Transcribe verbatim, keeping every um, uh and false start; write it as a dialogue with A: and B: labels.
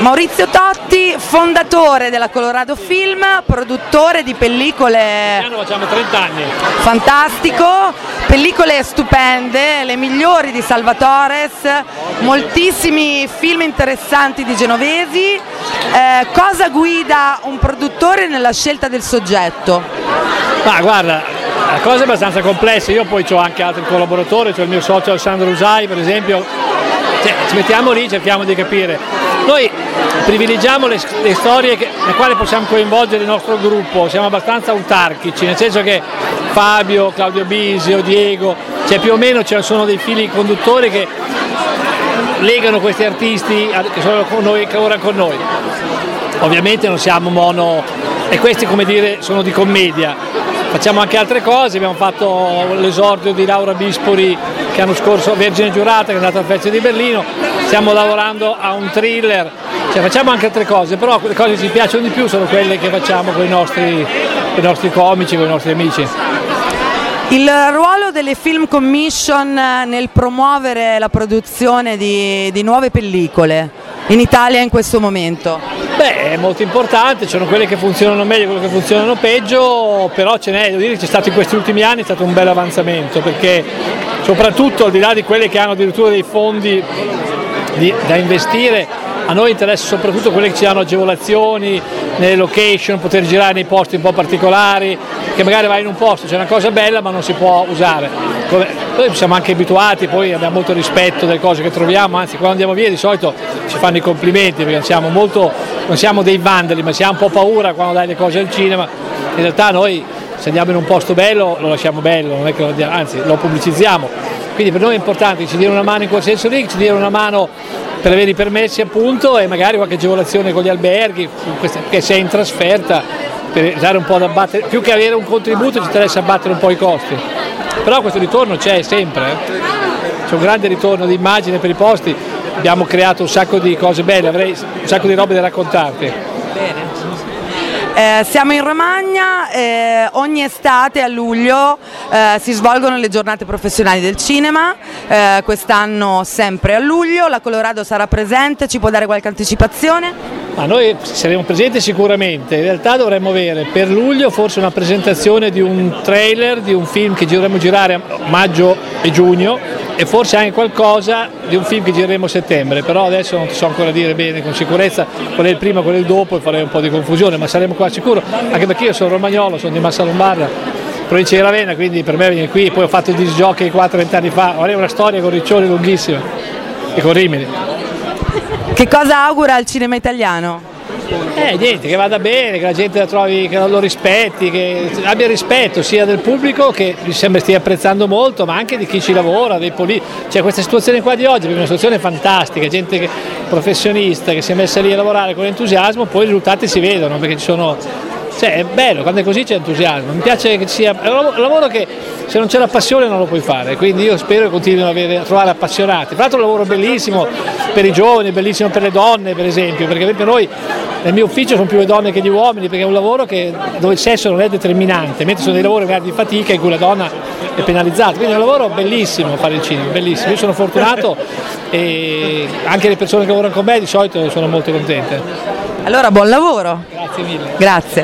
A: Maurizio Totti, fondatore della Colorado Film, produttore di pellicole.
B: Quest'anno facciamo trenta anni.
A: Fantastico, pellicole stupende, le migliori di Salvatores, moltissimi film interessanti di genovesi. Eh, cosa guida un produttore nella scelta del soggetto?
B: Ma guarda, la cosa è abbastanza complessa, io poi ho anche altri collaboratori, c'ho il mio socio Alessandro Usai per esempio, cioè, ci mettiamo lì, cerchiamo di capire. Noi privilegiamo le, le storie che, nelle quali possiamo coinvolgere il nostro gruppo, siamo abbastanza autarchici, nel senso che Fabio, Claudio Bisio, Diego, cioè più o meno ci sono dei fili conduttori che legano questi artisti che sono con noi, che lavorano con noi. Ovviamente non siamo mono, e questi come dire sono di commedia, facciamo anche altre cose, abbiamo fatto l'esordio di Laura Bispori che l'anno scorso, Vergine Giurata, che è andata al Festival di Berlino, stiamo lavorando a un thriller, cioè facciamo anche altre cose, però le cose che ci piacciono di più sono quelle che facciamo con i nostri, con i nostri comici, con i nostri amici.
A: Il ruolo delle Film Commission nel promuovere la produzione di, di nuove pellicole in Italia in questo momento?
B: Beh, è molto importante, ci sono quelle che funzionano meglio e quelle che funzionano peggio, però ce n'è, devo dire che c'è stato in questi ultimi anni è stato un bel avanzamento, perché soprattutto al di là di quelle che hanno addirittura dei fondi di, da investire, a noi interessa soprattutto quelle che ci danno agevolazioni nelle location, poter girare nei posti un po' particolari, che magari vai in un posto, c'è una cosa bella ma non si può usare. Noi siamo anche abituati, poi abbiamo molto rispetto delle cose che troviamo, anzi quando andiamo via di solito ci fanno i complimenti perché siamo molto, non siamo dei vandali, ma siamo un po' paura quando dai le cose al cinema. In realtà noi se andiamo in un posto bello lo lasciamo bello, non è che lo diamo, anzi lo pubblicizziamo. Quindi per noi è importante che ci diano una mano in quel senso lì, che ci diano una mano per avere i permessi appunto e magari qualche agevolazione con gli alberghi, che sei in trasferta, per dare un po' da abbattere, più che avere un contributo ci interessa abbattere un po' i costi. Però questo ritorno c'è sempre, eh. C'è un grande ritorno di immagine per i posti, abbiamo creato un sacco di cose belle, avrei un sacco di robe da raccontarti.
A: Bene. Eh, siamo in Romagna, eh, ogni estate a luglio eh, si svolgono le giornate professionali del cinema, eh, quest'anno sempre a luglio, la Colorado sarà presente, ci può dare qualche anticipazione?
B: Ma noi saremo presenti sicuramente, in realtà dovremmo avere per luglio forse una presentazione di un trailer di un film che dovremmo girare a maggio e giugno e forse anche qualcosa di un film che gireremo a settembre, però adesso non ti so ancora dire bene con sicurezza qual è il prima, qual è il dopo e farei un po' di confusione, ma saremo qua sicuro, anche perché io sono romagnolo, sono di Massa Lombarda, provincia di Ravenna, quindi per me venire qui, poi ho fatto il disc jockey quattro venti anni fa, avrei una storia con Riccioli lunghissima e con Rimini.
A: Che cosa augura al cinema italiano?
B: Eh niente, che vada bene, che la gente la trovi, che lo rispetti, che abbia rispetto sia del pubblico che mi sembra stia apprezzando molto, ma anche di chi ci lavora, dei politici. Cioè questa situazione qua di oggi è una situazione fantastica, gente che, professionista che si è messa lì a lavorare con entusiasmo, poi i risultati si vedono perché ci sono. Cioè è bello, quando è così c'è entusiasmo, mi piace che ci sia, è un lavoro che se non c'è la passione non lo puoi fare, quindi io spero che continuino a, avere, a trovare appassionati. Tra l'altro è un lavoro bellissimo per i giovani, bellissimo per le donne per esempio, perché per noi nel mio ufficio sono più le donne che gli uomini, perché è un lavoro che, dove il sesso non è determinante, mentre sono dei lavori magari di fatica in cui la donna è penalizzata, quindi è un lavoro bellissimo fare il cinema, bellissimo, io sono fortunato e anche le persone che lavorano con me di solito sono molto contente.
A: Allora buon lavoro.
B: Grazie mille.
A: Grazie.